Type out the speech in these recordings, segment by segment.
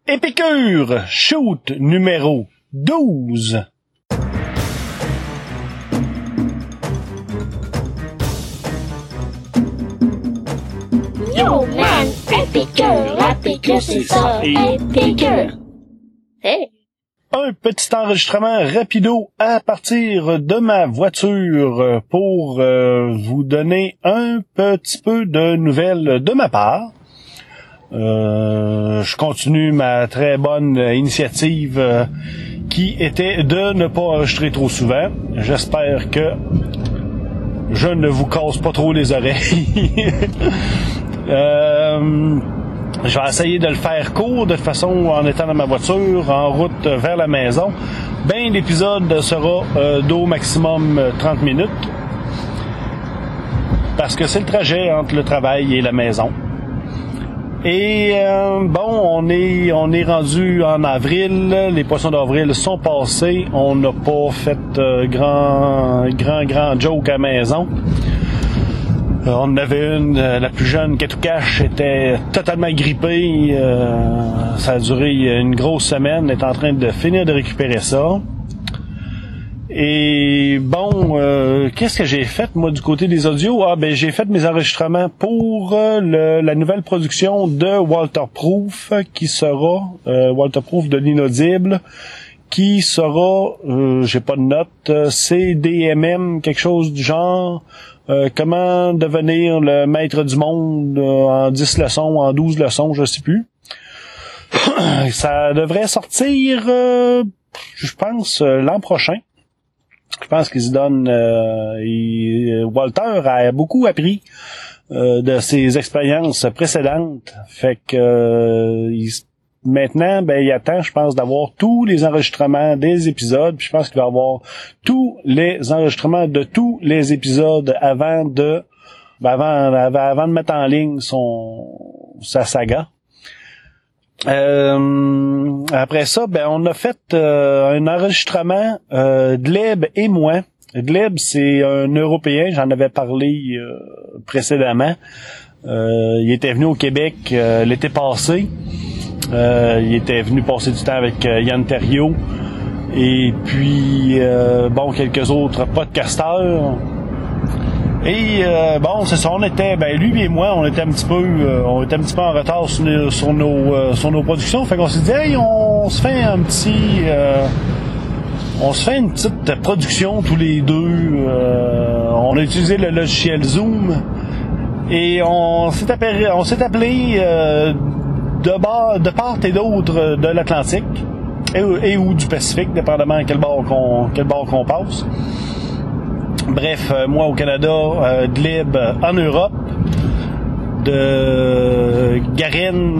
Épicure, shoot numéro 12. Yo man, Épicure, c'est ça, Épicure. Hey. Un petit enregistrement rapido à partir de ma voiture pour vous donner un petit peu de nouvelles de ma part. Je continue ma très bonne initiative qui était de ne pas enregistrer trop souvent. J'espère que je ne vous casse pas trop les oreilles. Je vais essayer de le faire court, de toute façon, en étant dans ma voiture, en route vers la maison. Ben, l'épisode sera d'au maximum 30 minutes. Parce que c'est le trajet entre le travail et la maison. Et on est rendu en avril. Les poissons d'avril sont passés. On n'a pas fait grand joke à la maison. On en avait une, la plus jeune, Katoukache, était totalement grippée. Ça a duré une grosse semaine. Elle est en train de finir de récupérer ça. Et qu'est-ce que j'ai fait, moi, du côté des audios? J'ai fait mes enregistrements pour la nouvelle production de Walterproof, qui sera Walterproof de l'inaudible, qui sera, j'ai pas de note, CDMM, quelque chose du genre. Comment devenir le maître du monde en 10 leçons, en 12 leçons, je sais plus. Ça devrait sortir, je pense, l'an prochain. Je pense qu'ils se donnent... Walter a beaucoup appris de ses expériences précédentes. Fait que maintenant, il attend, je pense, d'avoir tous les enregistrements des épisodes. Puis je pense qu'il va avoir tous les enregistrements de tous les épisodes avant de mettre en ligne sa saga. Après ça, on a fait un enregistrement Gleb et moi. Gleb, c'est un Européen, j'en avais parlé précédemment. Il était venu au Québec l'été passé. Il était venu passer du temps avec Yann Terriot et puis quelques autres podcasteurs. Et c'est ça, on était lui et moi, on était un petit peu en retard sur nos productions. Fait qu'on s'est dit on se fait une petite production tous les deux. On a utilisé le logiciel Zoom et on s'est appelé de part et d'autre de l'Atlantique et ou du Pacifique, dépendamment quel bord qu'on passe. Bref, moi au Canada, Gleb en Europe, de Garenne,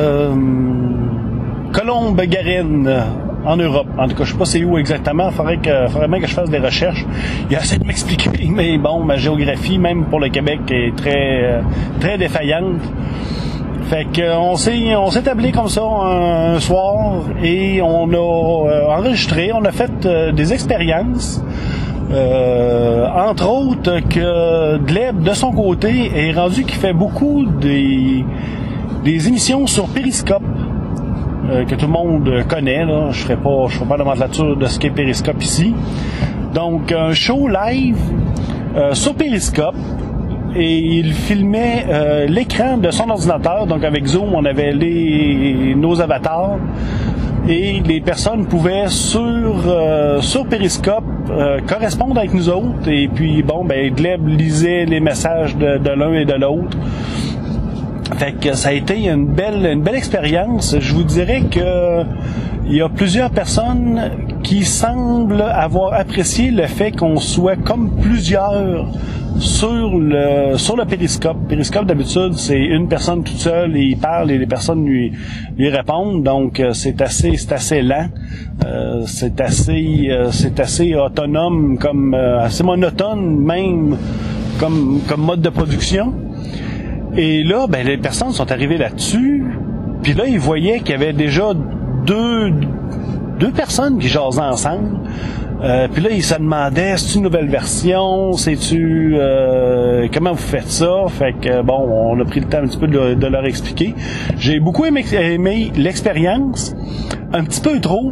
Colombe-Garenne en Europe. En tout cas, je sais pas c'est où exactement. Faudrait bien que je fasse des recherches. Il essaie de m'expliquer, mais ma géographie, même pour le Québec, est très très défaillante. Fait que on s'est établi comme ça un soir et on a enregistré, on a fait des expériences. Entre autres que Gleb de son côté est rendu qu'il fait beaucoup des émissions sur Periscope que tout le monde connaît là. Je ferai pas la nomenclature de ce qu'est Periscope ici. Donc un show live sur Periscope et il filmait l'écran de son ordinateur. Donc avec Zoom on avait nos avatars. Et les personnes pouvaient sur Periscope correspondre avec nous autres. Et puis Gleb lisait les messages de l'un et de l'autre. Fait que ça a été une belle expérience. Je vous dirais que il y a plusieurs personnes qui semblent avoir apprécié le fait qu'on soit comme plusieurs sur le Périscope. Périscope, d'habitude, c'est une personne toute seule et il parle et les personnes lui répondent. Donc, c'est assez lent. C'est assez autonome assez monotone même comme mode de production. Et là, les personnes sont arrivées là-dessus. Puis là, ils voyaient qu'il y avait déjà deux personnes qui jasaient ensemble. Puis là, ils se demandaient, c'est-tu une nouvelle version? C'est-tu... comment vous faites ça? Fait que, bon, on a pris le temps un petit peu de leur expliquer. J'ai beaucoup aimé l'expérience. Un petit peu trop.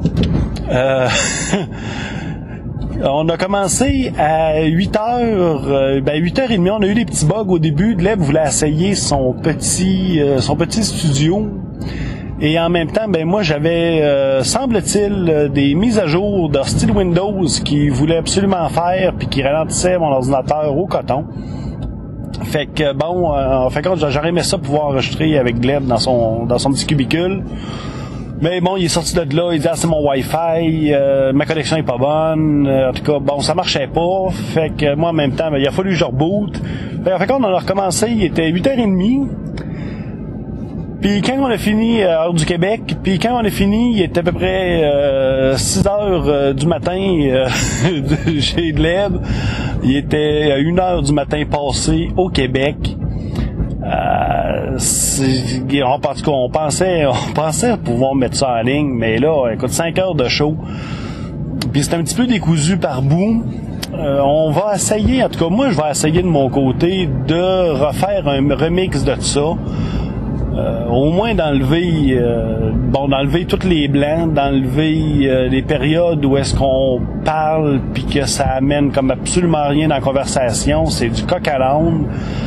On a commencé à 8h, 8h30, on a eu des petits bugs au début. Gleb voulait essayer son petit studio. Et en même temps, moi j'avais, semble-t-il, des mises à jour de style Windows qui voulait absolument faire puis qui ralentissait mon ordinateur au coton. Fait que en fait j'aurais aimé ça pouvoir enregistrer avec Gleb dans son petit cubicule. Mais bon, il est sorti de là, il dit c'est mon Wi-Fi, ma connexion est pas bonne, en tout cas, ça marchait pas. Fait que moi en même temps, il a fallu que je reboot. Fait que on a recommencé, il était 8h30. Puis quand on a fini, heure du Québec, puis quand on a fini, il était à peu près 6h du matin chez Gleb. Il était 1h du matin passé au Québec. En tout cas, on pensait pouvoir mettre ça en ligne, mais là, écoute, 5 heures de show. Puis c'est un petit peu décousu par bout. On va essayer, en tout cas, moi, je vais essayer de mon côté de refaire un remix de ça. Au moins d'enlever tous les blancs, d'enlever les périodes où est-ce qu'on parle puis que ça amène comme absolument rien dans la conversation, c'est du coq à l'âne.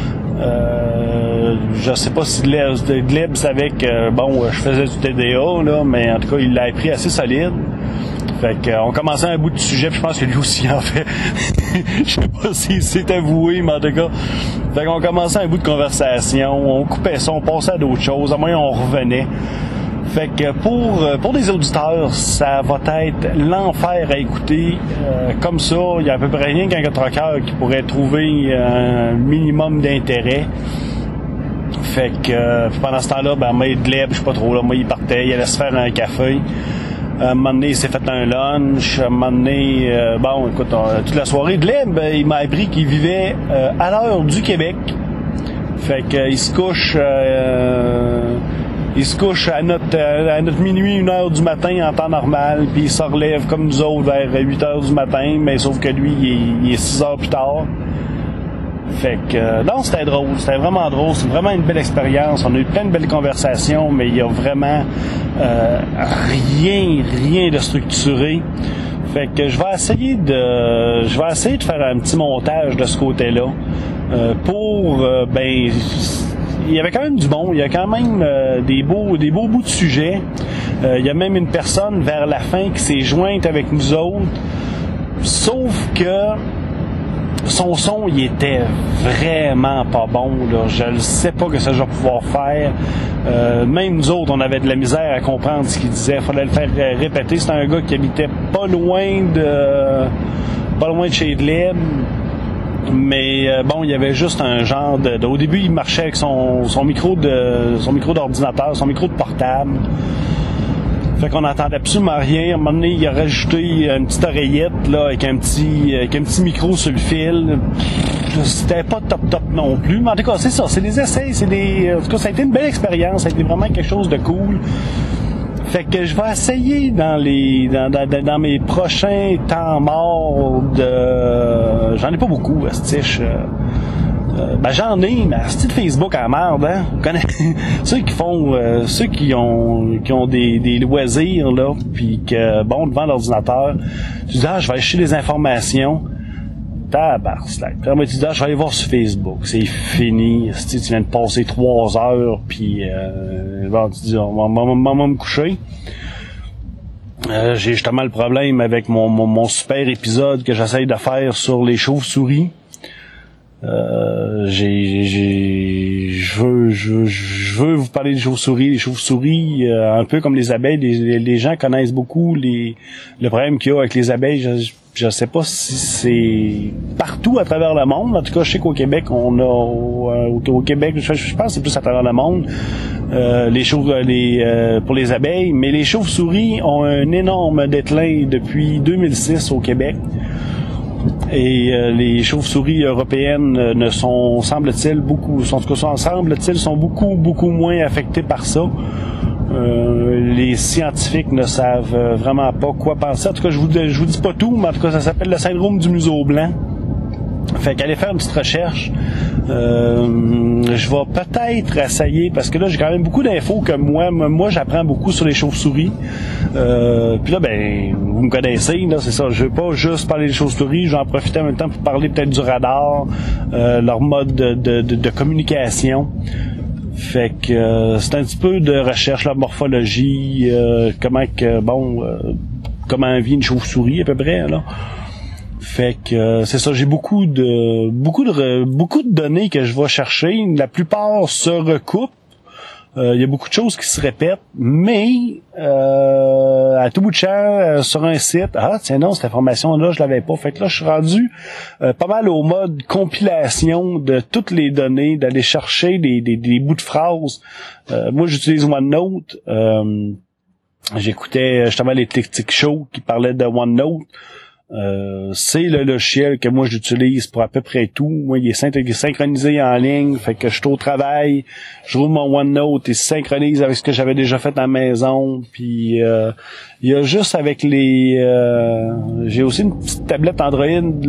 Je sais pas si Gleb savait que je faisais du TDA là, mais en tout cas il l'a pris assez solide. Fait qu'on commençait un bout de sujet, puis je pense que lui aussi en fait. Je sais pas s'il s'est avoué, mais en tout cas. Fait qu'on commençait un bout de conversation, on coupait ça, on passait à d'autres choses, à moins on revenait. Fait que pour des auditeurs, ça va être l'enfer à écouter. Comme ça, il y a à peu près rien qu'un rocker qui pourrait trouver un minimum d'intérêt. Fait que pendant ce temps-là, moi, Gleb, je sais pas trop, là, moi, il partait, il allait se faire un café. À un moment donné, il s'est fait un lunch. À un moment donné, toute la soirée, Gleb, il m'a appris qu'il vivait à l'heure du Québec. Fait que il se couche à notre minuit, 1h du matin en temps normal, puis il se relève comme nous autres vers 8h du matin, mais sauf que lui, il est 6 heures plus tard. Fait que non, c'était drôle, c'était vraiment drôle, c'est vraiment une belle expérience. On a eu plein de belles conversations, mais il y a vraiment rien de structuré. Fait que je vais essayer de faire un petit montage de ce côté-là il y avait quand même du bon, il y a quand même des beaux bouts de sujet. Il y a même une personne vers la fin qui s'est jointe avec nous autres, sauf que son son, il était vraiment pas bon, là. Je ne sais pas que ça je vais pouvoir faire. Même nous autres, on avait de la misère à comprendre ce qu'il disait. Il fallait le faire répéter. C'était un gars qui habitait pas loin de chez Gleb. Mais il y avait juste un genre au début, il marchait avec son micro d'ordinateur, son micro de portable. Fait qu'on n'entendait absolument rien. À un moment donné, il a rajouté une petite oreillette là, avec un petit micro sur le fil. C'était pas top non plus. Mais en tout cas, c'est ça, c'est des essais, en tout cas, ça a été une belle expérience, ça a été vraiment quelque chose de cool. Fait que je vais essayer dans mes prochains temps morts j'en ai pas beaucoup, astiche. J'en ai, mais c'est de Facebook à la merde, hein. Ceux qui ont des loisirs, là, puis que, devant l'ordinateur, tu dis, je vais acheter des informations. Tabarnak. Puis tu dis, je vais aller voir sur Facebook. C'est fini. Tu viens de passer 3 heures, puis tu dis, on va me coucher. J'ai justement le problème avec mon super épisode que j'essaye de faire sur les chauves-souris. Je veux vous parler des chauves-souris. Les chauves-souris, un peu comme les abeilles, les gens connaissent beaucoup le problème qu'il y a avec les abeilles. Je sais pas si c'est partout à travers le monde. En tout cas, je sais qu'au Québec, on a au Québec, je pense que c'est plus à travers le monde. Pour les abeilles, mais les chauves-souris ont un énorme déclin depuis 2006 au Québec. Et les chauves-souris européennes sont beaucoup moins affectées par ça. les scientifiques ne savent vraiment pas quoi penser. En tout cas, je vous dis pas tout, mais en tout cas, ça s'appelle le syndrome du museau blanc. Fait qu'aller faire une petite recherche. Je vais peut-être essayer, parce que là, j'ai quand même beaucoup d'infos que moi j'apprends beaucoup sur les chauves-souris. Puis là, ben, vous me connaissez, là, c'est ça. Je veux pas juste parler des chauves-souris, je vais en profiter en même temps pour parler peut-être du radar, leur mode de communication. Fait que c'est un petit peu de recherche, la morphologie, comment vit une chauve-souris à peu près, là. Fait que c'est ça, j'ai beaucoup de données que je vais chercher. La plupart se recoupent. Il y a beaucoup de choses qui se répètent, mais à tout bout de champ, sur un site, tiens non, cette information-là, je l'avais pas. Fait que là, je suis rendu pas mal au mode compilation de toutes les données, d'aller chercher des bouts de phrases. Moi, j'utilise OneNote. J'écoutais justement les Tic Show qui parlaient de OneNote. C'est le logiciel que moi j'utilise pour à peu près tout. Moi, il est synchronisé en ligne, fait que je suis au travail, je roule mon OneNote et se synchronise avec ce que j'avais déjà fait à la maison. Puis il y a juste avec j'ai aussi une petite tablette Android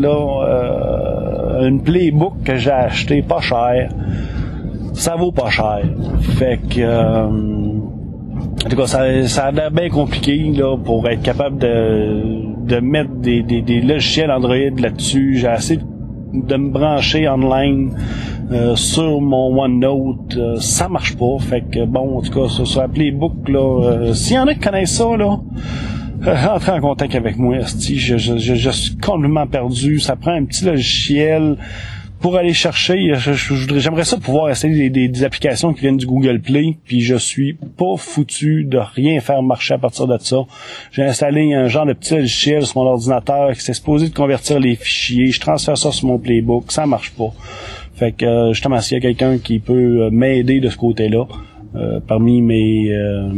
là, une Playbook que j'ai acheté pas cher. Ça vaut pas cher. Fait que en tout cas, ça a l'air bien compliqué là pour être capable de mettre des logiciels Android là-dessus. J'ai essayé de me brancher online sur mon OneNote. Ça marche pas. Fait que bon, en tout cas, sur la Playbook, là, s'il y en a qui connaissent ça, là, rentrez en contact avec moi. Je suis complètement perdu. Ça prend un petit logiciel pour aller chercher. J'aimerais ça pouvoir essayer des applications qui viennent du Google Play, puis je suis pas foutu de rien faire marcher à partir de ça. J'ai installé un genre de petit logiciel sur mon ordinateur qui s'est supposé de convertir les fichiers. Je transfère ça sur mon Playbook, ça marche pas. Fait que justement, s'il y a quelqu'un qui peut m'aider de ce côté-là, parmi mes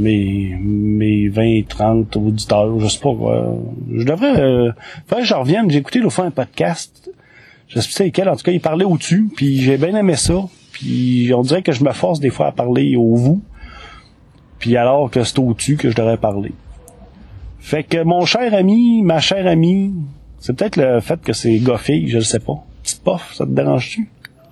20-30 auditeurs, je sais pas, je devrais faudrait que je revienne. J'ai écouté l'autre fois un podcast. Je sais pas lequel, en tout cas, il parlait au-dessus, puis j'ai bien aimé ça. Puis on dirait que je me force des fois à parler au vous, puis alors que c'est au-dessus que je devrais parler. Fait que mon cher ami, ma chère amie, c'est peut-être le fait que c'est gars-fille, je le sais pas. Petite pof, ça te dérange-tu?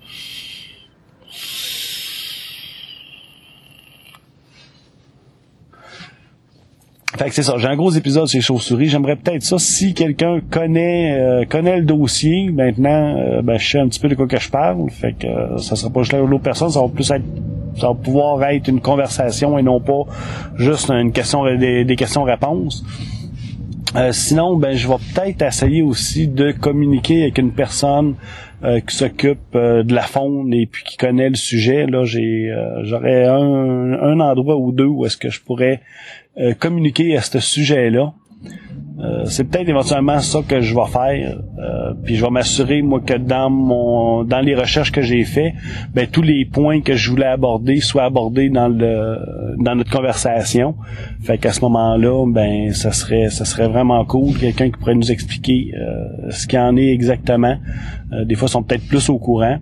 Fait que c'est ça, j'ai un gros épisode sur les chauves-souris. J'aimerais peut-être ça, si quelqu'un connaît le dossier, maintenant, je sais un petit peu de quoi que je parle. Fait que ça sera pas juste l'autre personne, ça va pouvoir être une conversation et non pas juste une question, des questions-réponses. Sinon, je vais peut-être essayer aussi de communiquer avec une personne qui s'occupe de la faune et puis qui connaît le sujet. Là, j'aurais un endroit ou deux où est-ce que je pourrais communiquer à ce sujet-là. C'est peut-être éventuellement ça que je vais faire. Puis je vais m'assurer, moi, que dans les recherches que j'ai fait, tous les points que je voulais aborder soient abordés dans notre conversation. Fait qu'à ce moment-là, ça serait vraiment cool, quelqu'un qui pourrait nous expliquer ce qu'il en est exactement. Des fois, ils sont peut-être plus au courant.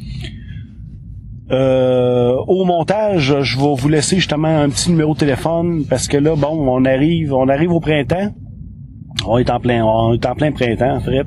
Au montage, je vais vous laisser justement un petit numéro de téléphone parce que là, on arrive au printemps. On est en plein printemps, en fait.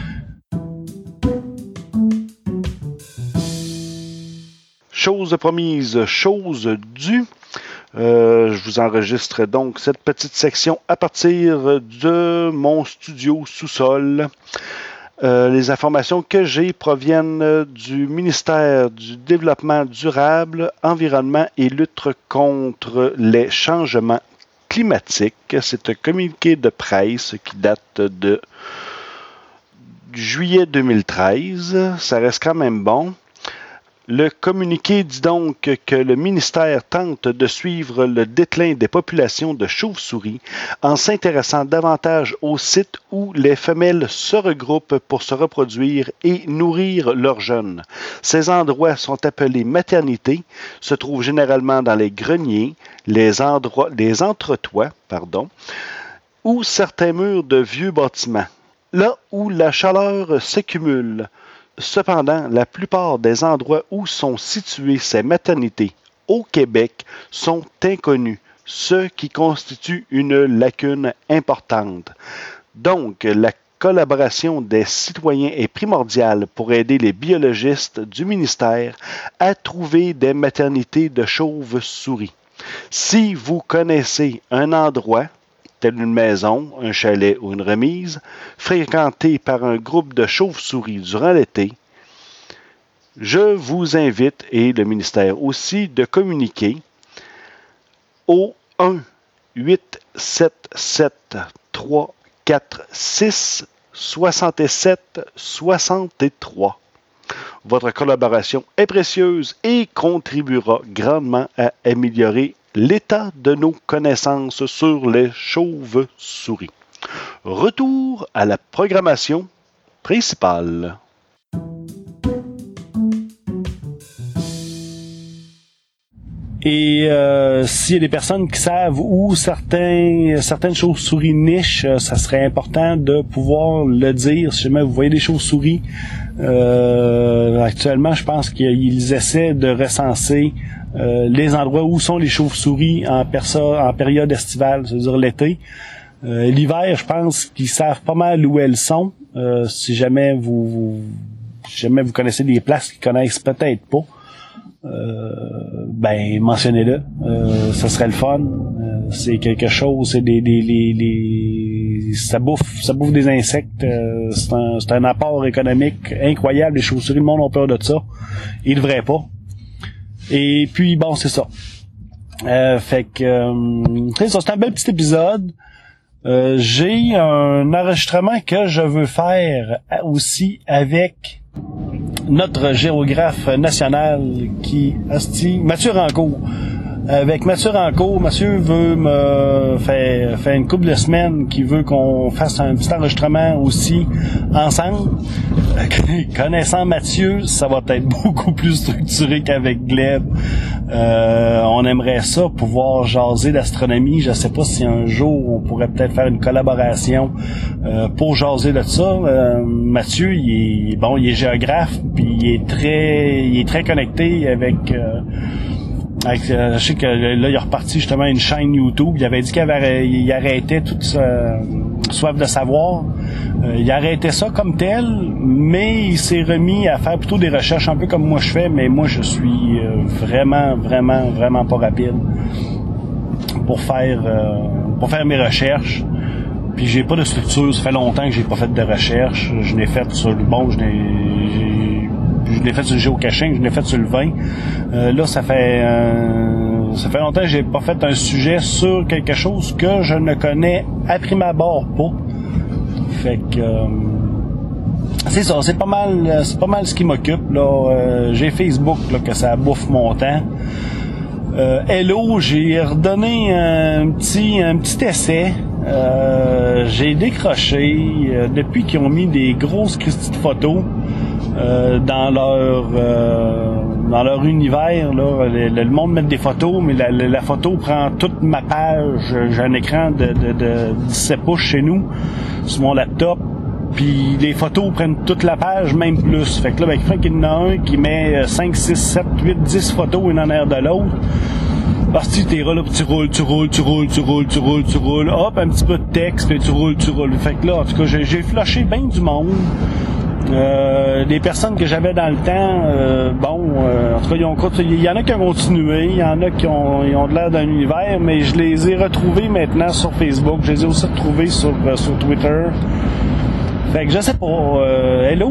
Chose promise, chose due. Je vous enregistre donc cette petite section à partir de mon studio sous-sol. Les informations que j'ai proviennent du ministère du Développement durable, Environnement et lutte contre les changements climatiques. C'est un communiqué de presse qui date de juillet 2013. Ça reste quand même bon. Le communiqué dit donc que le ministère tente de suivre le déclin des populations de chauves-souris en s'intéressant davantage aux sites où les femelles se regroupent pour se reproduire et nourrir leurs jeunes. Ces endroits sont appelés maternités, se trouvent généralement dans les greniers, les entretoits, ou certains murs de vieux bâtiments, là où la chaleur s'accumule. Cependant, la plupart des endroits où sont situées ces maternités au Québec sont inconnus ce qui constitue une lacune importante. Donc, la collaboration des citoyens est primordiale pour aider les biologistes du ministère à trouver des maternités de chauves-souris. Si vous connaissez un endroit, tel une maison, un chalet ou une remise, fréquenté par un groupe de chauves-souris durant l'été, je vous invite, et le ministère aussi, de communiquer au 1-877-346-67-63. Votre collaboration est précieuse et contribuera grandement à améliorer l'état de nos connaissances sur les chauves-souris. Retour à la programmation principale. Et s'il y a des personnes qui savent où certaines chauves-souris nichent, ça serait important de pouvoir le dire. Si jamais vous voyez des chauves-souris, actuellement, je pense qu'ils essaient de recenser les endroits où sont les chauves-souris en période estivale, c'est-à-dire l'été. L'hiver, je pense qu'ils savent pas mal où elles sont. Si jamais vous connaissez des places qu'ils connaissent peut-être pas, mentionnez-le. Ça serait le fun. C'est quelque chose, c'est ça bouffe des insectes. C'est un apport économique incroyable. Les chauves-souris, le monde a peur de ça. Ils devraient pas. Et puis bon, c'est ça. C'est un bel petit épisode. J'ai un enregistrement que je veux faire aussi avec notre géographe national Mathieu Rancourt. Avec Mathieu Rancourt, Mathieu veut me faire une couple de semaines qu'il veut qu'on fasse un petit enregistrement aussi ensemble. Connaissant Mathieu, ça va être beaucoup plus structuré qu'avec Gleb. On aimerait ça, pouvoir jaser d'astronomie. Je sais pas si un jour on pourrait peut-être faire une collaboration pour jaser de ça. Mathieu, il est géographe, puis il est très connecté avec je sais que là, il est reparti justement une chaîne YouTube. Il avait dit qu'il arrêtait toute soif de savoir. Il arrêtait ça comme tel, mais il s'est remis à faire plutôt des recherches un peu comme moi je fais, mais moi je suis vraiment pas rapide pour faire mes recherches. Puis j'ai pas de structure, ça fait longtemps que j'ai pas fait de recherche. Je l'ai fait sur le je l'ai fait sur le géocaching, je l'ai fait sur le vin. Là, ça fait longtemps que j'ai pas fait un sujet sur quelque chose que je ne connais à prime abord pas. Fait que c'est ça, c'est pas mal ce qui m'occupe là. J'ai Facebook là que ça bouffe mon temps. Hello, j'ai redonné un petit essai. J'ai décroché depuis qu'ils ont mis des grosses Christie de photos dans leur univers là. Le monde met des photos, mais la photo prend toute ma page. J'ai un écran de 17 pouces chez nous sur mon laptop, puis les photos prennent toute la page, même plus. Fait que là, il y en a un qui met 5, 6, 7, 8, 10 photos une en arrière de l'autre. Parce que tu là, tu roules, hop, un petit peu de texte, puis tu roules. Fait que là, en tout cas, j'ai flushé bien du monde. Des personnes que j'avais dans le temps, en tout cas, il y en a qui ont continué, il y en a qui ont de l'air d'un univers, mais je les ai retrouvés maintenant sur Facebook, je les ai aussi retrouvés sur Twitter. Fait que je sais pas, hello,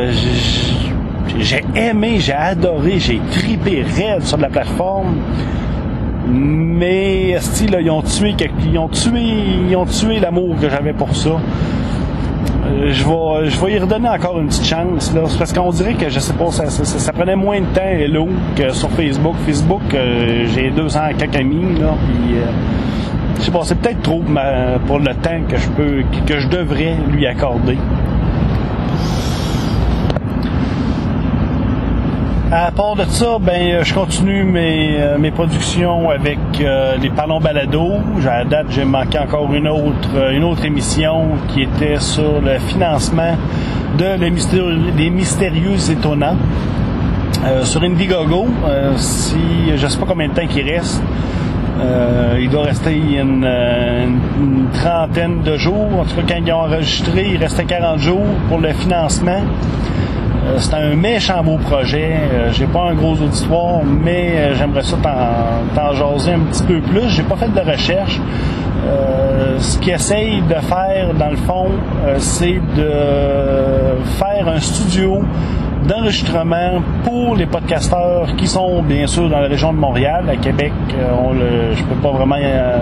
j'ai aimé, j'ai adoré, j'ai trippé raide sur la plateforme. Mais là, ils ont tué l'amour que j'avais pour ça. Je vais y redonner encore une petite chance là, parce qu'on dirait que je sais pas, ça prenait moins de temps hello que sur Facebook. Facebook, j'ai 200 quelques amis là, puis je sais pas, c'est peut-être trop pour le temps que je devrais lui accorder. À part de ça, je continue mes productions avec les Parlons Balado. À la date, j'ai manqué encore une autre émission qui était sur le financement des mystérieux étonnants sur Indiegogo. Je sais pas combien de temps qu'il reste. Il doit rester une trentaine de jours. En tout cas, quand ils ont enregistré, il restait 40 jours pour le financement. C'est un méchant beau projet. J'ai pas un gros auditoire, mais j'aimerais ça t'en jaser un petit peu plus. J'ai pas fait de recherche. Ce qu'ils essayent de faire, dans le fond, c'est de faire un studio d'enregistrement pour les podcasteurs qui sont bien sûr dans la région de Montréal. À Québec, je peux pas vraiment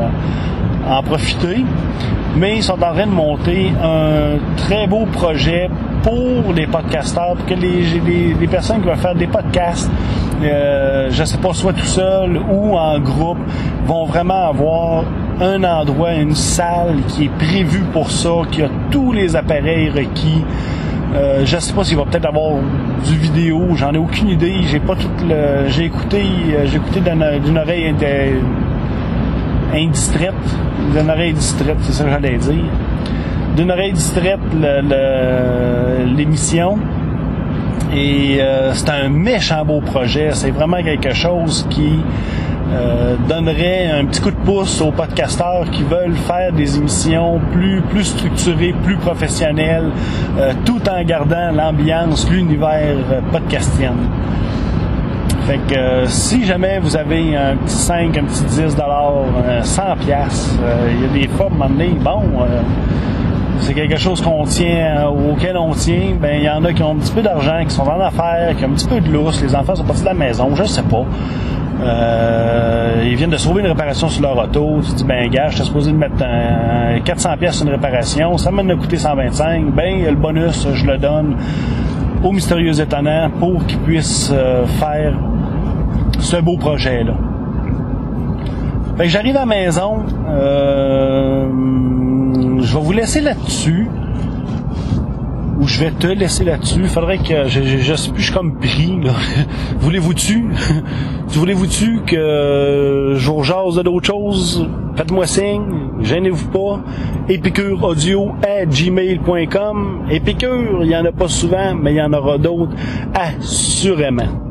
en profiter, mais ils sont en train de monter un très beau projet pour les podcasteurs, pour que les personnes qui veulent faire des podcasts, je sais pas, soit tout seul ou en groupe, vont vraiment avoir un endroit, une salle qui est prévue pour ça, qui a tous les appareils requis. Je sais pas s'il va peut-être avoir du vidéo, j'en ai aucune idée. J'ai pas j'ai écouté d'une oreille indistraite, c'est ça que j'allais dire. D'une oreille distraite l'émission. Et c'est un méchant beau projet. C'est vraiment quelque chose qui donnerait un petit coup de pouce aux podcasteurs qui veulent faire des émissions plus structurées, plus professionnelles, tout en gardant l'ambiance, l'univers podcastienne. Fait que si jamais vous avez un petit 5, un petit 10$, 100$, il y a des fois, à un moment donné, c'est quelque chose auquel on tient, il y en a qui ont un petit peu d'argent, qui sont en affaires, qui ont un petit peu de lousse, les enfants sont partis de la maison, je sais pas. Ils viennent de sauver une réparation sur leur auto. Tu dis, gars, j'étais supposé de mettre 400$ sur une réparation, ça m'en a coûté 125$, le bonus, je le donne au Mystérieux Étonnant pour qu'ils puissent faire ce beau projet-là. Fait que j'arrive à la maison, je vais vous laisser là-dessus, ou je vais te laisser là-dessus. Il faudrait que je sais plus, je suis comme pris là. Voulez-vous-tu que je vous jase de d'autres choses? Faites-moi signe, gênez-vous pas. epicureaudio@gmail.com. Épicure, il y en a pas souvent, mais il y en aura d'autres assurément.